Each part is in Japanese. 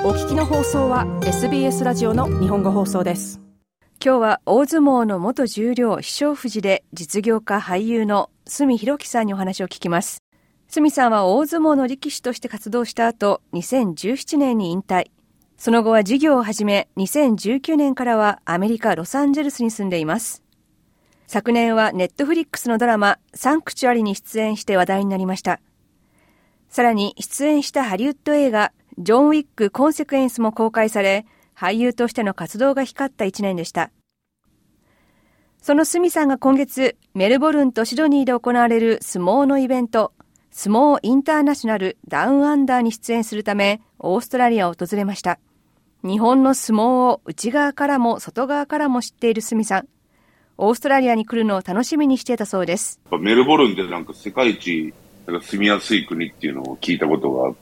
お聞きの放送は SBS ラジオの日本語放送です。 今日は大相撲の元十両飛翔富士で実業家俳優の角弘樹さんにお話を聞きます。角さんは大相撲の力士として活動した後、2017年に引退。その後は事業を始め、2019年からはアメリカ・ロサンゼルスに住んでいます。昨年はネットフリックスのドラマサンクチュアリに出演して話題になりました。さらに出演したハリウッド映画ジョン・ウィック・コンセクエンスも公開され、俳優としての活動が光った1年でした。その角さんが今月、メルボルンとシドニーで行われる相撲のイベント、相撲インターナショナルダウンアンダーに出演するため、オーストラリアを訪れました。日本の相撲を内側からも外側からも知っている角さん。オーストラリアに来るのを楽しみにしていたそうです。 メルボルンってなんか世界一住みやすい国っていうのを聞いたことがあって、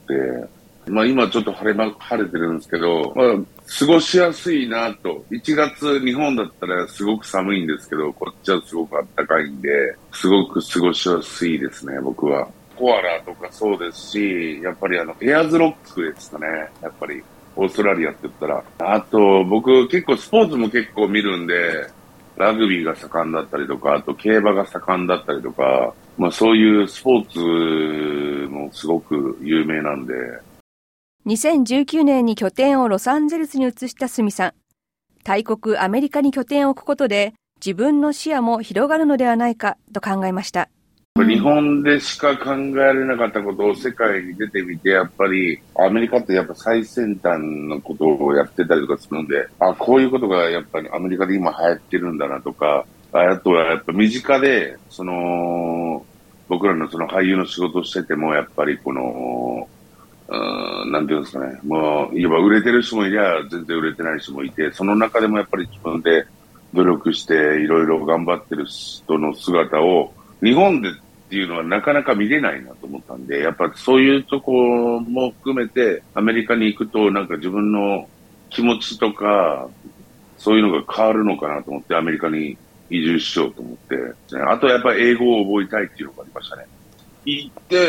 今ちょっと晴れてるんですけど、過ごしやすいなと。1月日本だったらすごく寒いんですけど、こっちはすごく暖かいんで、すごく過ごしやすいですね、僕は。コアラとかそうですし、やっぱりエアーズロックですかね、やっぱり。オーストラリアって言ったら。あと、僕結構スポーツも結構見るんで、ラグビーが盛んだったりとか、あと競馬が盛んだったりとか、そういうスポーツもすごく有名なんで。 2019年に拠点をロサンゼルスに移した角さん。大国アメリカに拠点を置くことで自分の視野も広がるのではないかと考えました。 日本でしか考えられなかったことを世界に出てみて、やっぱりアメリカってやっぱ最先端のことをやってたりとかするんで、こういうことがやっぱりアメリカで今流行ってるんだなとか、あとはやっぱ身近で、僕らのその俳優の仕事をしてても、やっぱりなんていうんですかね、いわば売れてる人もいりゃ全然売れてない人もいて、その中でもやっぱり自分で努力していろいろ頑張ってる人の姿を日本でっていうのはなかなか見れないなと思ったんで、やっぱそういうとこも含めてアメリカに行くとなんか自分の気持ちとかそういうのが変わるのかなと思ってアメリカに移住しようと思って、あとやっぱり英語を覚えたいっていうのがありましたね。行って、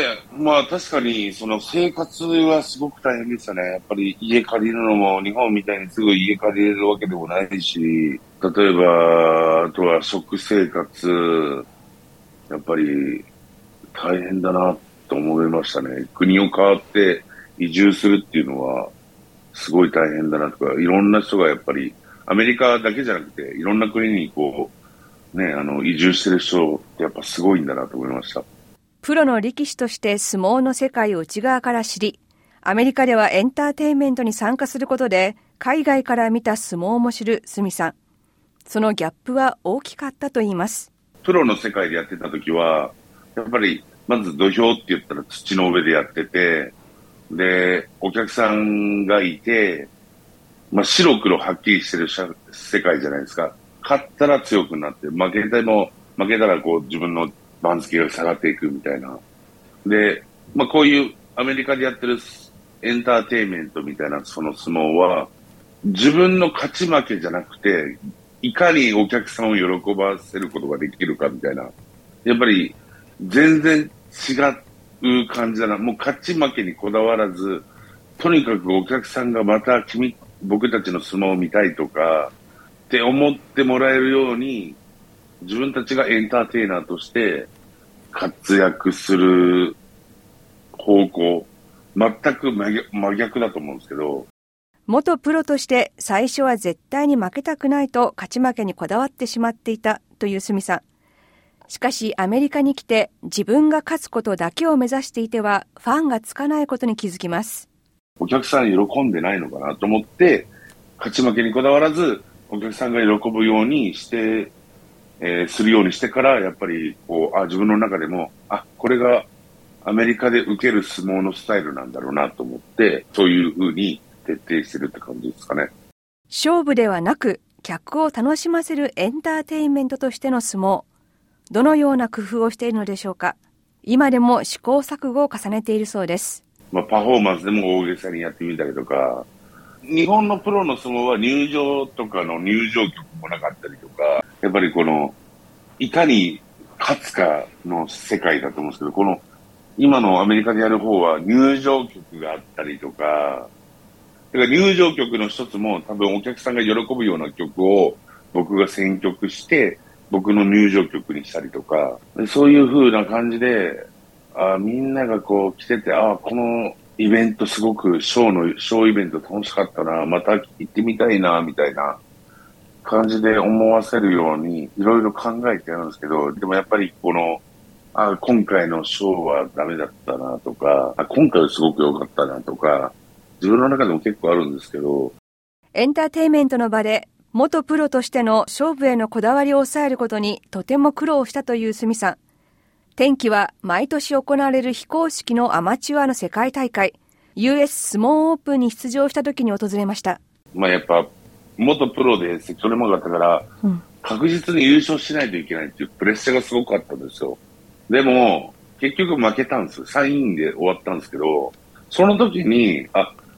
確かにその生活はすごく大変でしたね。やっぱり家借りるのも日本みたいにすぐ家借りれるわけでもないし、例えば、あとは食生活、やっぱり大変だなと思いましたね。国を変わって移住するっていうのはすごい大変だなとか、いろんな人がやっぱりアメリカだけじゃなくていろんな国に移住してる人ってやっぱすごいんだなと思いました。 プロの力士として相撲の世界を内側から知り、アメリカではエンターテインメントに参加することで海外から見た相撲も知る角さん。そのギャップは大きかったと言います。 プロの世界でやってた時は、やっぱりまず土俵って言ったら土の上でやってて、で、お客さんがいて、白黒はっきりしてる世界じゃないですか。勝ったら強くなって、負けたら自分の番付が下がっていくみたいな。で、こういうアメリカでやってるエンターテインメントみたいなその相撲は、自分の勝ち負けじゃなくて、いかにお客さんを喜ばせることができるかみたいな。やっぱり全然違う感じだな。もう勝ち負けにこだわらず、とにかくお客さんがまた僕たちの相撲を見たいとかって思ってもらえるように、自分たちがエンターテイナーとして活躍する方向、全く真逆だと思うんですけど。 元プロとして最初は絶対に負けたくないと勝ち負けにこだわってしまっていたという角さん。しかしアメリカに来て自分が勝つことだけを目指していてはファンがつかないことに気づきます。 お客さん喜んでないのかなと思って、勝ち負けにこだわらずお客さんが喜ぶようにしてするようにしてから、やっぱり自分の中でもこれがアメリカで受ける相撲のスタイルなんだろうなと思って、そういう風に徹底してるって感じですかね。 勝負ではなく客を楽しませるエンターテインメントとしての相撲、どのような工夫をしているのでしょうか。今でも試行錯誤を重ねているそうです。 パフォーマンスでも大げさにやってみたりとか、日本のプロの相撲は入場とかの入場曲もなかったりとか、やっぱりいかに勝つかの世界だと思うんですけど、今のアメリカでやる方は入場曲があったりとか、 から入場曲の一つも多分お客さんが喜ぶような曲を僕が選曲して、僕の入場曲にしたりとか、そういう風な感じで、みんながこう来てて、このイベントすごくショーイベント楽しかったな、また行ってみたいな、みたいな感じで思わせるようにいろいろ考えてやるんですけど、でもやっぱり今回のショーはダメだったなとか、今回はすごく良かったなとか、自分の中でも結構あるんですけど。 エンターテインメントの場で元プロとしての勝負へのこだわりを抑えることにとても苦労したという角さん。転機は毎年行われる非公式のアマチュアの世界大会 US スモーオープンに出場した時に訪れました。 やっぱ元プロでそれもだったから、確実に優勝しないといけないっていうプレッシャーがすごくあったんですよ。でも結局負けたんですよ。3位で終わったんですけど、その時に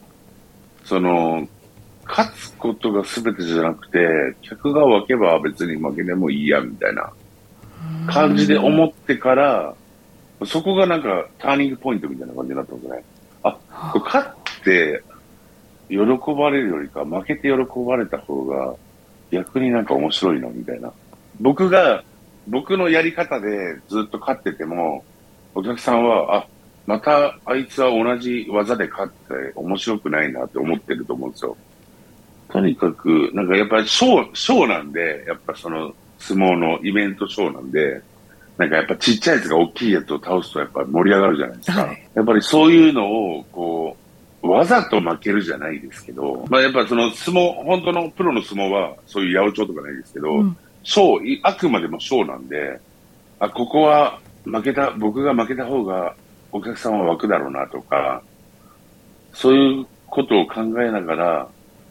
勝つことが全てじゃなくて、客が湧けば別に負けでもいいやみたいな感じで思ってから、そこがなんかターニングポイントみたいな感じになったんですね。勝って喜ばれるよりか負けて喜ばれた方が逆になんか面白いなみたいな。僕のやり方でずっと勝ってても、お客さんはまたあいつは同じ技で勝って面白くないなって思ってると思うんですよ。とにかくなんかやっぱりショーなんで、やっぱその相撲のイベントショーなんで、なんかやっぱちっちゃいやつが大きいやつを倒すとやっぱ盛り上がるじゃないですか。やっぱりそういうのをわざと負けるじゃないですけど、やっぱその相撲、本当のプロの相撲はそういう八百長とかないですけど、ショー、あくまでもショーなんで、ここは僕が負けた方がお客さんは湧くだろうなとか、そういうことを考えながら、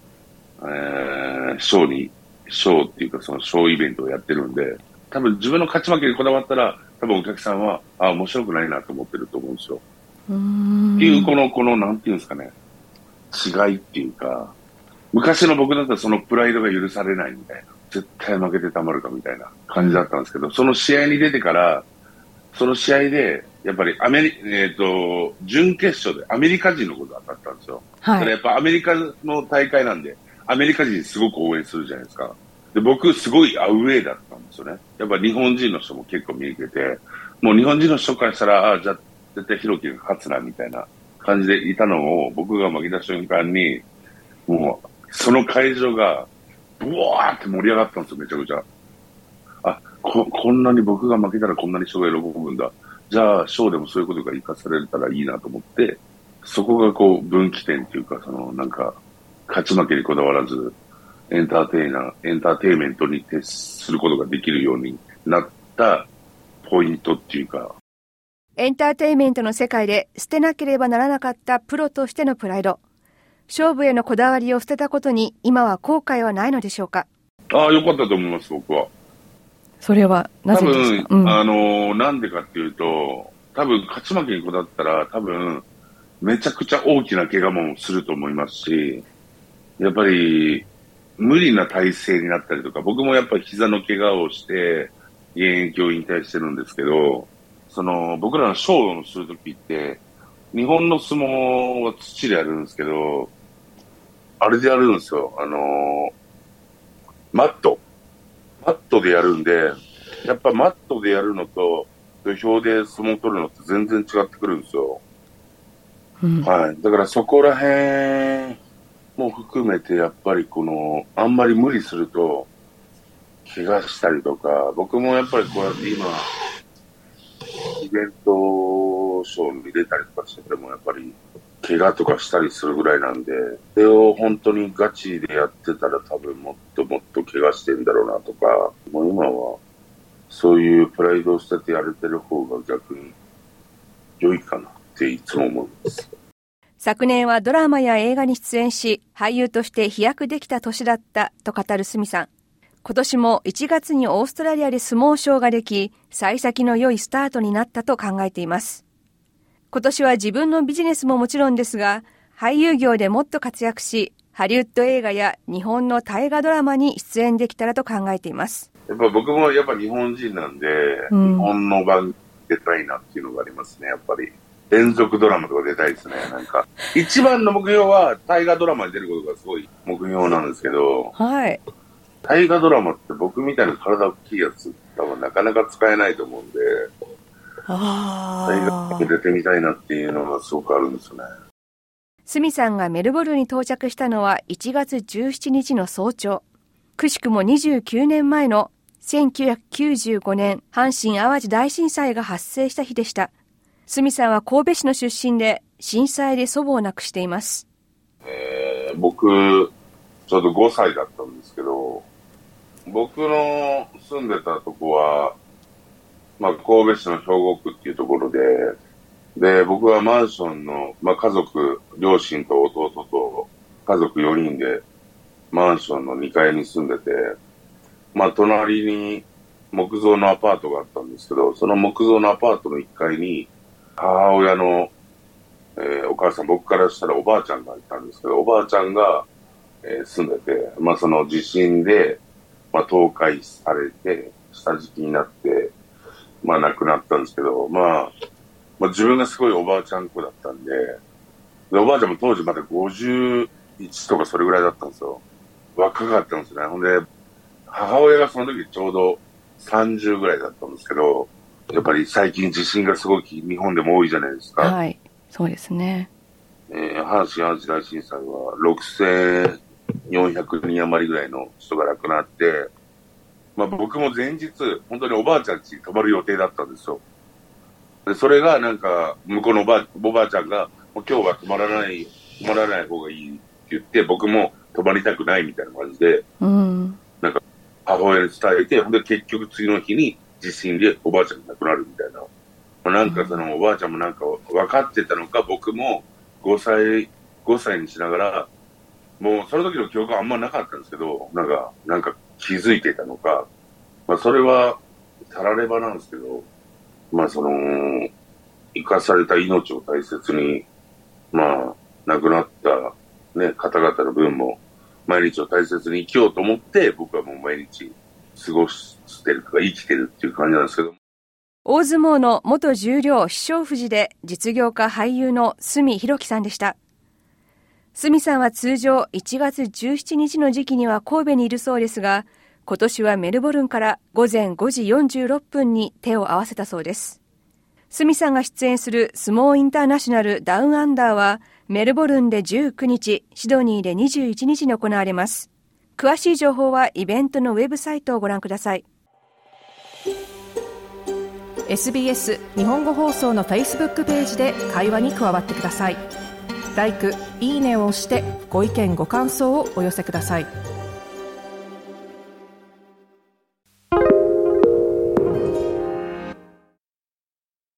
ショーっていうかそのショーイベントをやってるんで、多分自分の勝ち負けにこだわったら、多分お客さんは、面白くないなと思ってると思うんですよ。っていう、この、なんていうんですかね、違いっていうか、昔の僕だったらそのプライドが許されないみたいな、絶対負けてたまるかみたいな感じだったんですけど、その試合に出てから、その試合で、やっぱり準決勝でアメリカ人のことが当たったんですよ。だからやっぱアメリカの大会なんで、アメリカ人すごく応援するじゃないですか。で、僕すごいアウェーだったんですよね。やっぱ日本人の人も結構見えてて、もう日本人の人からしたら、じゃあ絶対ヒロキが勝つなみたいな感じでいたのを、僕が負けた瞬間に、もうその会場がブワーって盛り上がったんですよ、めちゃくちゃ。こんなに僕が負けたらこんなに人が喜ぶんだ。じゃあショーでもそういうことが活かされたらいいなと思って、そこが分岐点っていうか、なんか勝ち負けにこだわらず、エンターテインメントに徹することができるようになったポイントっていうか。 エンターテインメントの世界で捨てなければならなかったプロとしてのプライド。勝負へのこだわりを捨てたことに今は後悔はないのでしょうか？ 良かったと思います、僕は。 それはなぜですか？ なんでかっていうと、多分勝ち負けにこだわったら、多分めちゃくちゃ大きな怪我もすると思いますし、やっぱり無理な体勢になったりとか、僕もやっぱり膝の怪我をして現役を引退してるんですけど、僕らのショーをするときって、日本の相撲は土でやるんですけど、あれでやるんですよ。マットでやるんで、やっぱマットでやるのと土俵で相撲を取るのって全然違ってくるんですよ。はい。だからそこら辺も含めてやっぱりあんまり無理すると怪我したりとか、僕もやっぱりこうやって今イベントショーに出たりとかしててもやっぱり怪我とかしたりするぐらいなんで、それを本当にガチでやってたら多分もっともっと怪我してんだろうなとか、もう今はそういうプライドを捨ててやれてる方が逆に良いかなっていつも思います。 昨年はドラマや映画に出演し、俳優として飛躍できた年だったと語る角さん。今年も1月にオーストラリアで相撲ショーができ、幸先の良いスタートになったと考えています。今年は自分のビジネスももちろんですが、俳優業でもっと活躍し、ハリウッド映画や日本の大河ドラマに出演できたらと考えています。 やっぱ僕もやっぱ日本人なんで、日本の番組出たいなっていうのがありますね、やっぱり。 連続ドラマとか出たいですね。なんか、一番の目標は大河ドラマに出ることがすごい目標なんですけど、 はい。 大河ドラマって僕みたいな体大きいやつ多分なかなか使えないと思うんで、大河に出てみたいなっていうのがすごくあるんですよね。 角さんがメルボルンに到着したのは1月17日の早朝。くしくも29年前の1995年阪神・淡路大震災が発生した日でした。角さんは神戸市の出身で震災で祖母を亡くしています。 僕ちょうど5歳だったんですけど、僕の住んでたとこは、神戸市の兵庫区っていうところで、僕はマンションの、家族、両親と弟と家族4人でマンションの2階に住んでて、隣に木造のアパートがあったんですけど、その木造のアパートの1階に母親の、お母さん、僕からしたらおばあちゃんがいたんですけど、おばあちゃんが、住んでて、その地震で、倒壊されて、下敷きになって、亡くなったんですけど、自分がすごいおばあちゃん子だったんで、おばあちゃんも当時まだ51とかそれぐらいだったんですよ。若かったんですね。ほんで、母親がその時ちょうど30ぐらいだったんですけど、やっぱり最近地震がすごい日本でも多いじゃないですか。 はい、そうですね。 阪神・淡路大震災は6400人余りぐらいの人が亡くなって、僕も前日、本当におばあちゃん家に泊まる予定だったんですよ。で、それがなんか、向こうのおばあちゃんが、もう今日は泊まらない方がいいって言って、僕も泊まりたくないみたいな感じで、なんか、母親に伝えて、ほんで結局次の日に地震でおばあちゃんが亡くなるみたいな。なんかそのおばあちゃんもなんか分かってたのか、僕も5歳にしながら、もうその時の記憶はあんまなかったんですけど、なんか気づいていたのか、それはたらればなんですけど、生かされた命を大切に、亡くなったね、方々の分も、毎日を大切に生きようと思って、僕はもう毎日過ごしてるとか生きてるっていう感じなんですけど。 大相撲の元十両飛翔富士で実業家俳優の角弘樹さんでした。角さんは通常1月17日の時期には神戸にいるそうですが、今年はメルボルンから午前5時46分に手を合わせたそうです。角さんが出演する相撲インターナショナルダウンアンダーはメルボルンで19日、シドニーで21日に行われます。詳しい情報はイベントのウェブサイトをご覧ください。 SBS 日本語放送の Facebook ページで会話に加わってください。LIKE、いいねを押してご意見ご感想をお寄せください。